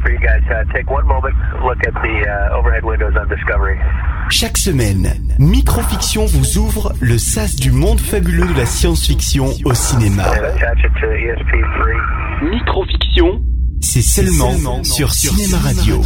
Chaque semaine, Microfiction vous ouvre le sas du monde fabuleux de la science-fiction au cinéma. Microfiction, c'est seulement sur Cinéma Radio.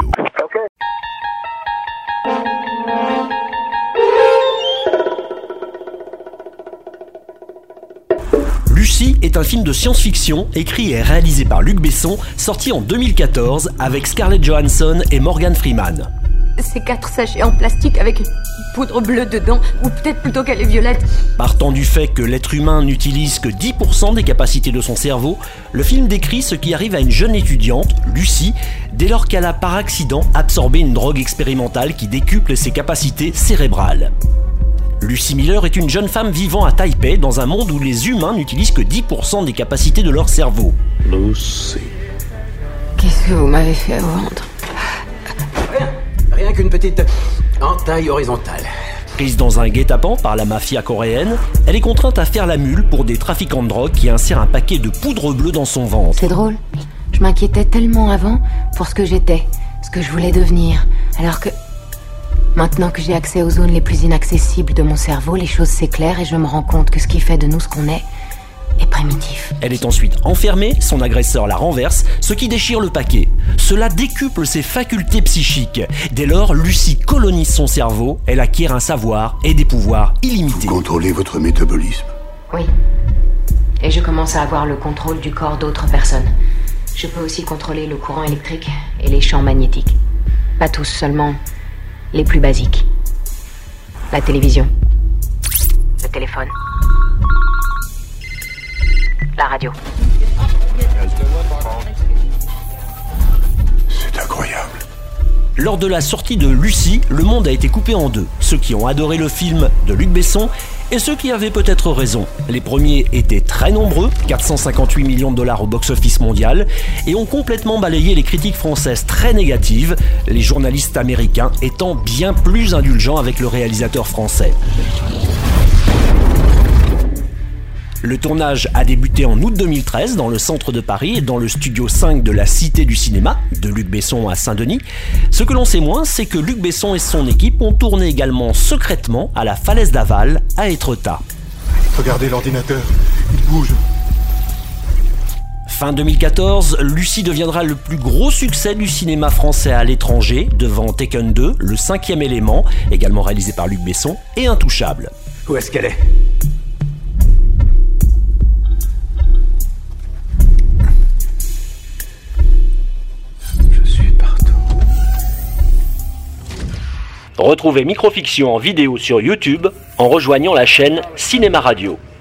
Lucy est un film de science-fiction écrit et réalisé par Luc Besson, sorti en 2014 avec Scarlett Johansson et Morgan Freeman. C'est 4 sachets en plastique avec une poudre bleue dedans, ou peut-être plutôt qu'elle est violette. Partant du fait que l'être humain n'utilise que 10% des capacités de son cerveau, le film décrit ce qui arrive à une jeune étudiante, Lucy, dès lors qu'elle a par accident absorbé une drogue expérimentale qui décuple ses capacités cérébrales. Lucy Miller est une jeune femme vivant à Taipei dans un monde où les humains n'utilisent que 10% des capacités de leur cerveau. Lucy. Qu'est-ce que vous m'avez fait au ventre ? Rien qu'une petite entaille horizontale. Prise dans un guet-apens par la mafia coréenne, elle est contrainte à faire la mule pour des trafiquants de drogue qui insèrent un paquet de poudre bleue dans son ventre. C'est drôle. Je m'inquiétais tellement avant pour ce que j'étais, ce que je voulais devenir, alors que... Maintenant que j'ai accès aux zones les plus inaccessibles de mon cerveau, les choses s'éclairent et je me rends compte que ce qui fait de nous ce qu'on est primitif. Elle est ensuite enfermée, son agresseur la renverse, ce qui déchire le paquet. Cela décuple ses facultés psychiques. Dès lors, Lucy colonise son cerveau, elle acquiert un savoir et des pouvoirs illimités. Vous contrôlez votre métabolisme. Oui. Et je commence à avoir le contrôle du corps d'autres personnes. Je peux aussi contrôler le courant électrique et les champs magnétiques. Pas tous, seulement les plus basiques. La télévision. Le téléphone. La radio. C'est incroyable. Lors de la sortie de Lucy, le monde a été coupé en deux. Ceux qui ont adoré le film de Luc Besson et ceux qui avaient peut-être raison. Les premiers étaient très nombreux, 458 millions de dollars au box-office mondial, et ont complètement balayé les critiques françaises très négatives, les journalistes américains étant bien plus indulgents avec le réalisateur français. Le tournage a débuté en août 2013 dans le centre de Paris et dans le studio 5 de la Cité du Cinéma de Luc Besson à Saint-Denis. Ce que l'on sait moins, c'est que Luc Besson et son équipe ont tourné également secrètement à la Falaise d'Aval à Étretat. Regardez l'ordinateur, il bouge. Fin 2014, Lucy deviendra le plus gros succès du cinéma français à l'étranger, devant Taken 2, Le 5e élément, également réalisé par Luc Besson, et Intouchable. Où est-ce qu'elle est ? Retrouvez Microfiction en vidéo sur YouTube en rejoignant la chaîne Cinéma Radio.